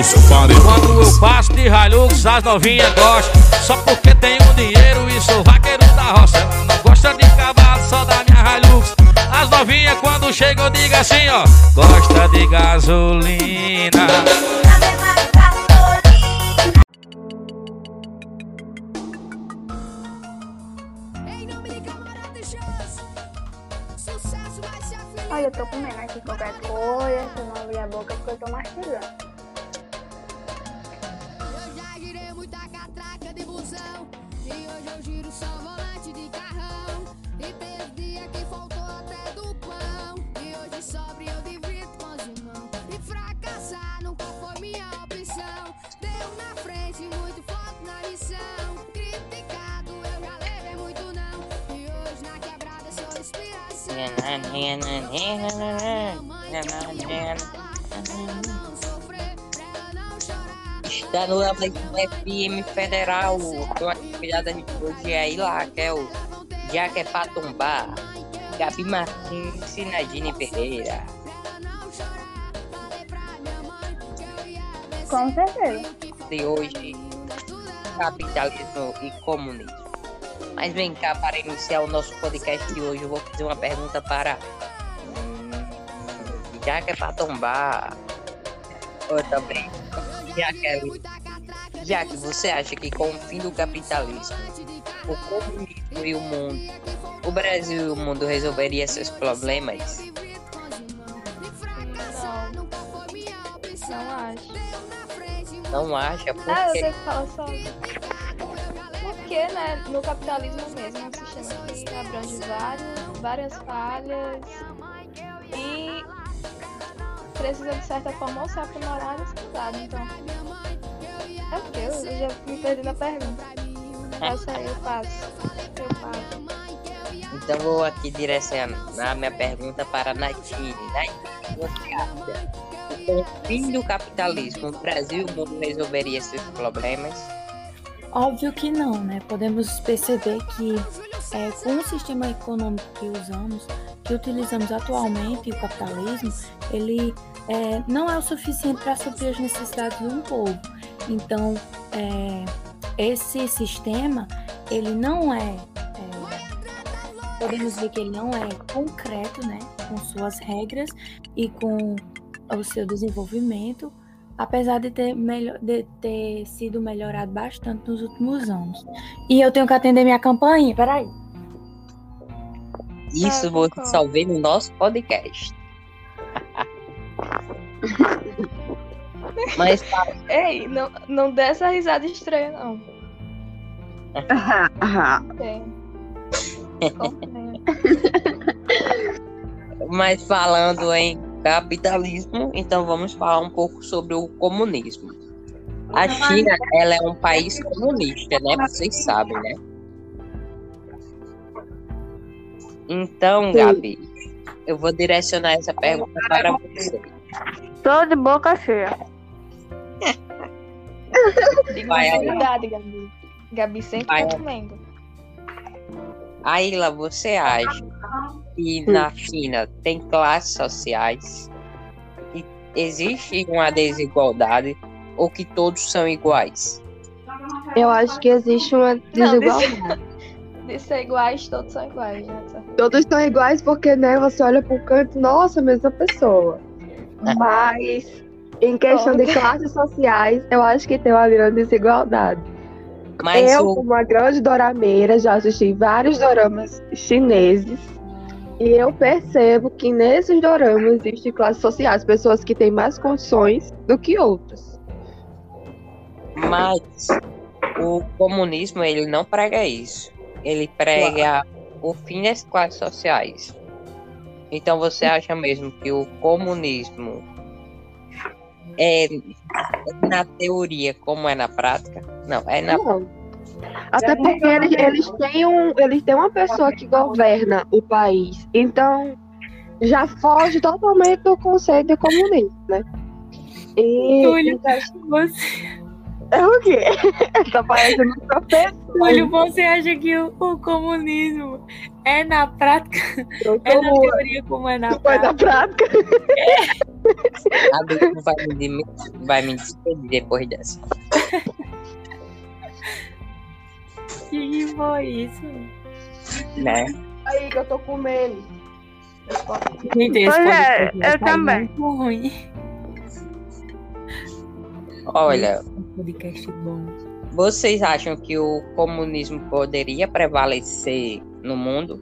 seu paredão. Quando eu passo de Hilux, as novinhas gostam. Só porque tenho dinheiro e sou vaqueiro da roça. Ela não gosta de cavalo, só da minha Hilux. As novinhas quando chegam eu digo assim, ó: gosta de gasolina. Olha, eu tô comendo aqui qualquer coisa, se eu não abrir a boca porque eu tô mastigando. Eu já girei muita catraca de busão, e hoje eu giro só volante de carrão. E teve dia que faltou até do pão, e hoje sobre eu divirto com os irmãos. E fracassar nunca foi minha opção, deu na frente muito foco na missão. Criticado eu já levei muito não, e hoje na quebrada sou inspiração. Está no FM Federal. Com a convidada de hoje é aí lá, que é o Já que é pra tombar, Gabi Martins e Nadine Pereira. Com certeza. De hoje, capitalismo e comunismo. Mas vem cá, para iniciar o nosso podcast de hoje, eu vou fazer uma pergunta para Já que é pra tombar. Eu também. Já que você acha que com o fim do capitalismo, o comunismo e o mundo, o Brasil e o mundo resolveria seus problemas? Não acho. Não acha? Por Eu quê? sei que fala só. Porque, né, no capitalismo mesmo, é um sistema que abrange várias falhas e precisa, de certa forma, ou ser aprimorado ou estudado. Então, é o que? Eu já me perdi na pergunta. Essa aí eu passo. Então vou aqui direcionar a minha pergunta para a Nadine. Nadine, você acha que com o fim do capitalismo, o Brasil e o mundo resolveria seus problemas? Óbvio que não, né? Podemos perceber que com o sistema econômico que utilizamos atualmente, o capitalismo, ele não é o suficiente para suprir as necessidades de um povo. Então, esse sistema, ele não podemos ver que ele não é concreto, né? Com suas regras e com o seu desenvolvimento, apesar de ter sido melhorado bastante nos últimos anos. E eu tenho que atender minha campainha, peraí. Isso você só vê no nosso podcast. Mas Ei, não dê essa risada estranha, não. Mas falando em capitalismo, então vamos falar um pouco sobre o comunismo. A China, ela é um país comunista, né? Vocês sabem, né? Então, Gabi, eu vou direcionar essa pergunta para você. Tô de boca cheia. Vai aí. Verdade, Gabi. Gabi sempre tá comendo. Aila, você acha que na China tem classes sociais? E existe uma desigualdade ou que todos são iguais? Eu acho que existe uma desigualdade. De ser iguais, todos são iguais, né? Todos são iguais porque, né, você olha pro canto, nossa, mesma pessoa. Mas, em questão de classes sociais, eu acho que tem uma grande desigualdade. Mas como uma grande dorameira, já assisti vários doramas chineses e eu percebo que nesses doramas existem classes sociais, pessoas que têm mais condições do que outras. Mas o comunismo, ele não prega isso. Ele prega o fim das classes sociais. Então você acha mesmo que o comunismo é na teoria como é na prática? Não, é na... Não. Até porque eles têm uma pessoa que governa o país. Então, já foge totalmente do conceito de comunismo, né? Túlio, você... É o quê? Tá parecendo um professor. Túlio, você acha que o comunismo é na prática? É na teoria como é na prática? É na prática? Adulto vai me despedir depois dessa. Que foi isso? Né? Aí que eu tô comendo. Gente, esse Pois é, podcast vai eu sair também. muito ruim. Olha, Podcast bom. vocês acham que o comunismo poderia prevalecer no mundo?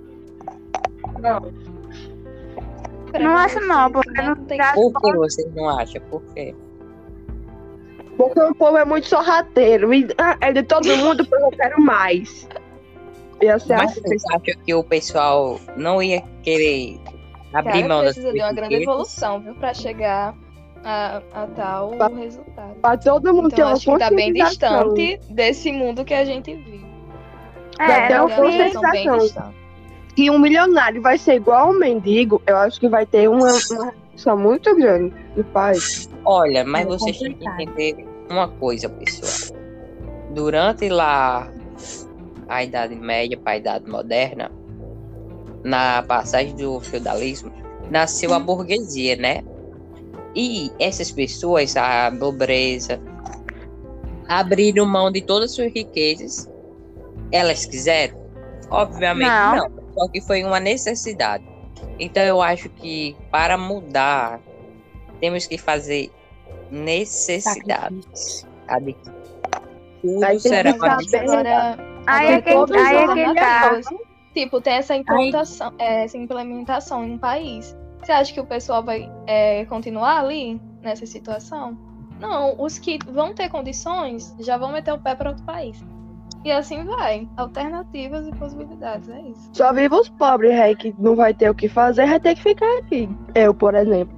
Não acho não, porque não tem dá- Por que vocês não acham? Por quê? Porque o povo é muito sorrateiro. E é de todo mundo, porque eu quero mais. E assim, Mas vocês acham que o pessoal não ia querer abrir Cara, mão das precisa de uma grande riquezas? evolução, viu? Pra chegar a tal resultado. pra todo mundo ter Então uma acho que tá bem conscientização. distante desse mundo que a gente vive. Vai ter É, uma no Tá uma fim, geração bem conscientização. distante. Que um milionário vai ser igual um mendigo, eu acho que vai ter uma redução muito grande no país. Olha, mas É vocês têm que complicado. entender uma coisa, pessoal. Durante lá a Idade Média para a Idade Moderna, na passagem do feudalismo, nasceu a burguesia, né? E essas pessoas, a nobreza, abriram mão de todas as suas riquezas. Elas quiseram? Obviamente não. Só que foi uma necessidade. Então eu acho que para mudar, temos que fazer necessidades. Sabe? Tudo Aí tem será que uma saber- necessidade. aí Agora, é que todas aí as é que tá. alternativas, tipo, tem essa implementação em um país. Você acha que o pessoal vai continuar ali, nessa situação? Não, os que vão ter condições já vão meter o pé para outro país. E assim vai. Alternativas e possibilidades, é isso. Só vive os pobres, rei, que não vai ter o que fazer, vai ter que ficar aqui. Eu, por exemplo.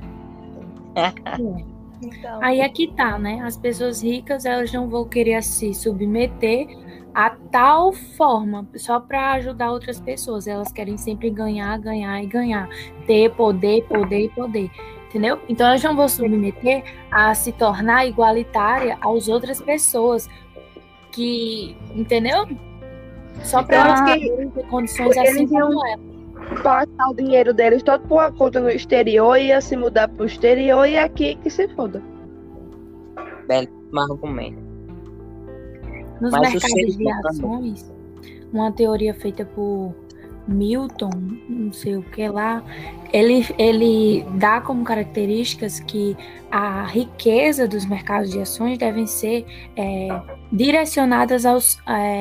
Então, Aí é que tá, né? As pessoas ricas, elas não vão querer se submeter a tal forma, só para ajudar outras pessoas. Elas querem sempre ganhar, ganhar e ganhar. Ter poder, poder e poder. Entendeu? Então elas não vão submeter a se tornar igualitária às outras pessoas. Que, entendeu? Só para Então, elas que- poderem ter condições porque assim eles iam- como ela. Passar o dinheiro deles todo por uma conta no exterior, ia se mudar pro exterior e aqui que se foda. Belíssimo argumento. Nos Mas o mercados ser de humano- ações, uma teoria feita por Milton, não sei o que lá, ele dá como características que a riqueza dos mercados de ações devem ser direcionadas aos,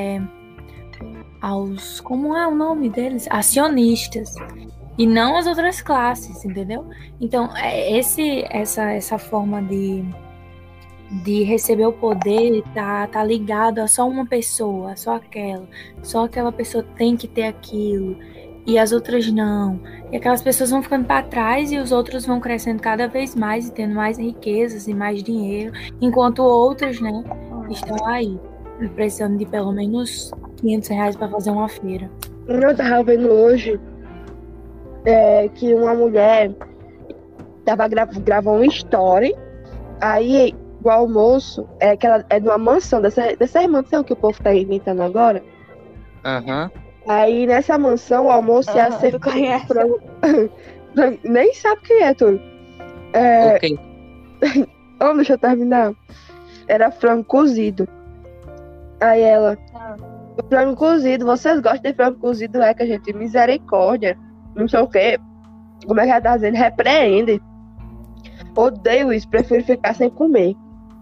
como é o nome deles? Acionistas. E não as outras classes, entendeu? Então, essa forma de receber o poder tá ligado a só uma pessoa, só aquela pessoa tem que ter aquilo e as outras não, e aquelas pessoas vão ficando para trás e os outros vão crescendo cada vez mais e tendo mais riquezas e mais dinheiro, enquanto outros, né, estão aí precisando de pelo menos R$500 para fazer uma feira. Eu tava vendo hoje que uma mulher tava gravando um story, aí o almoço que ela é de uma mansão, dessa mansão que o povo tá inventando agora. Aham. Aí nessa mansão o almoço ia Aham, ser tu conhece. frango. Nem sabe quem é, tu. Ok. Deixa eu terminar. Era frango cozido. Aí ela. Frango cozido, vocês gostam de frango cozido? É que a gente misericórdia. Não sei o quê. Como é que ela tá dizendo? Repreende. Odeio isso, prefiro ficar sem comer.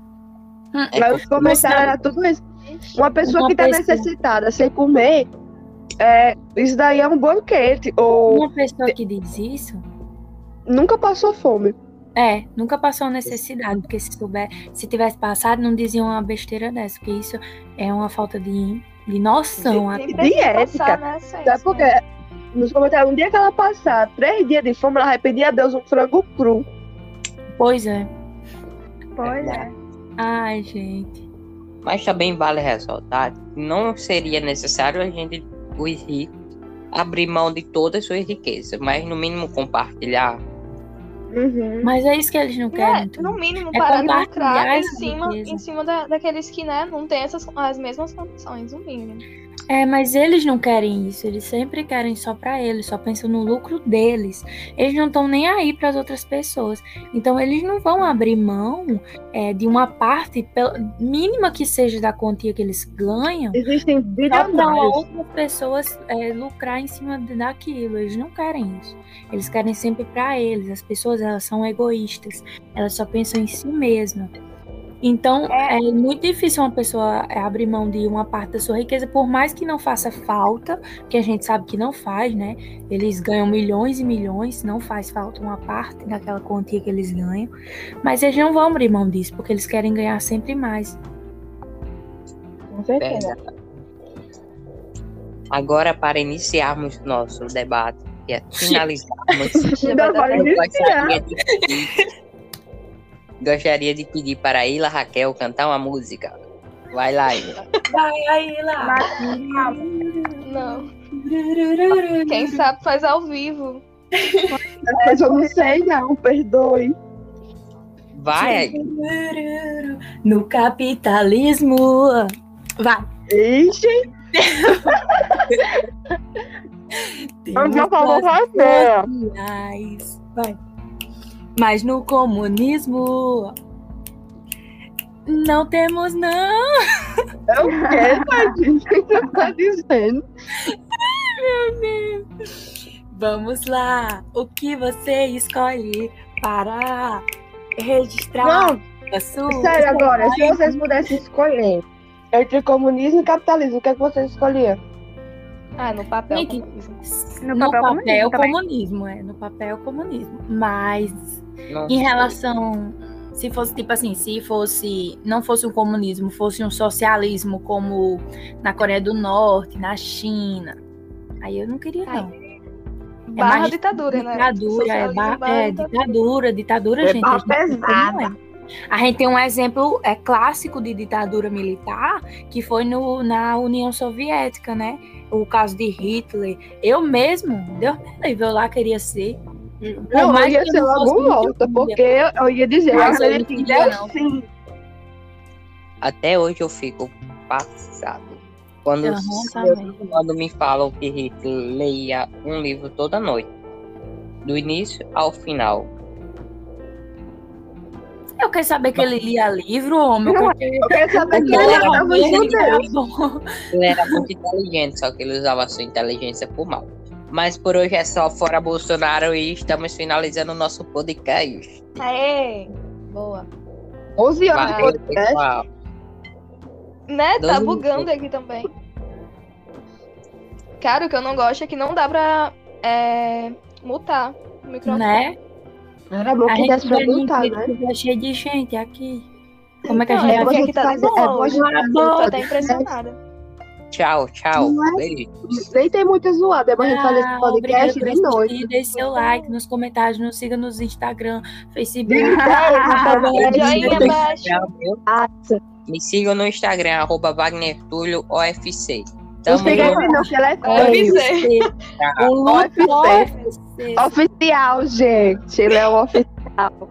Mas os comentários era tudo isso. Uma pessoa que tá necessitada sem comer, isso daí é um banquete. Ou Uma pessoa que diz isso nunca passou fome. nunca passou necessidade, porque se tivesse passado, não dizia uma besteira dessa, porque isso é uma falta de noção. Tem até. que ética. passar, né, César? Sabe por quê? Nos comentários, um dia que ela passar 3 dias de fome, ela vai pedir a Deus um frango cru. Pois é. Pois é. Ai, gente. Mas também vale ressaltar que não seria necessário a gente, os ricos, abrir mão de todas as suas riquezas, mas no mínimo compartilhar. Uhum. Mas é isso que eles não querem. tudo. No mínimo, É parar de compartilhar lucrar essa riqueza. em cima daqueles que, né, não têm as mesmas condições, no mínimo. Mas eles não querem isso, eles sempre querem só pra eles, só pensam no lucro deles. Eles não estão nem aí para as outras pessoas. Então eles não vão abrir mão de uma parte mínima que seja da quantia que eles ganham. Existem Só para bilionários. outras pessoas lucrar em cima daquilo. Eles não querem isso. Eles querem sempre para eles. As pessoas, elas são egoístas. Elas só pensam em si mesmas. Então, é muito difícil uma pessoa abrir mão de uma parte da sua riqueza, por mais que não faça falta, que a gente sabe que não faz, né? Eles ganham milhões e milhões, não faz falta uma parte daquela quantia que eles ganham. Mas eles não vão abrir mão disso, porque eles querem ganhar sempre mais. Com certeza. Verdade. Agora, para iniciarmos nosso debate, que é finalizarmos, Ainda vai iniciar. gostaria de pedir para a Ilha Raquel cantar uma música. Vai lá, Ilha. Vai aí lá. Não. Quem sabe faz ao vivo. Mas eu não sei, não, perdoe. Vai. No capitalismo. Vai. Ixi, eu já falou você. Vai. Mas no comunismo não temos, não. Eu quero, tadinho. O que você tá dizendo? Vamos lá. O que você escolhe para registrar Não, a sua... sério agora, se vocês pudessem escolher entre comunismo e capitalismo, o que é que vocês escolhiam? Ah, no papel. Gente, comunismo. No papel, comunismo também. comunismo, no papel comunismo. Mas Não em sei. relação, se fosse tipo assim, não fosse um comunismo, fosse um socialismo como na Coreia do Norte, na China, aí eu não queria não. Barra mais ditadura, né? Ditadura, Socialismo barra ditadura, gente. barra A gente não pesada. é. A gente tem um exemplo clássico de ditadura militar, que foi na União Soviética, né? O caso de Hitler. Eu mesmo, Deus me livre, eu lá queria ser. Não, eu mais ia que ser não logo fosse volta, muito porque eu ia dizer, Mas eu eu não ia queria, dizer não. sim. Até hoje eu fico passado. Quando, também. quando me falam que Hitler leia um livro toda noite. Do início ao final. Eu quero saber que ele lia livro, homem. Eu quero saber que Ele ele era estava bem judeu. bom. Ele era muito inteligente, só que ele usava a sua inteligência por mal. Mas por hoje é só fora Bolsonaro e estamos finalizando o nosso podcast. Aê! Boa. 11 anos de Valeu, podcast. pessoal. Né? Tá 12 bugando aqui também. Cara, o que eu não gosto é que não dá pra mutar o microfone. Né? Era bom A que gente desse pra vai botar, né? tá cheio de gente aqui. Como é que a Não, gente é vai porque vou aqui tá fazer- bom. eu vou hoje. fazer- Tô até impressionada. Tchau, tchau. Não é? Beijo. Nem tem muita zoada, é pra gente fazer esse Obrigada podcast por de noite. assistir. Deixe seu like nos comentários, nos siga nos Instagram, Facebook. Joinha abaixo. Tchau, viu? Me sigam no Instagram, @WagnerTulioOFC. Não Tamo siga junto. ele não, que ele é UFC. feio. O Luto UFC. Oficial, gente. Ele é o oficial.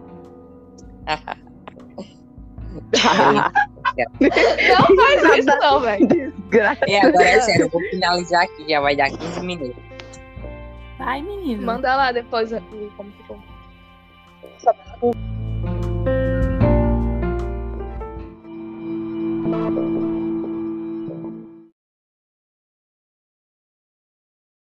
Não faz isso não, velho. Desgraça. Agora é sério, eu vou finalizar aqui, já vai dar 15 minutos. Vai, menino. Manda lá depois como ficou.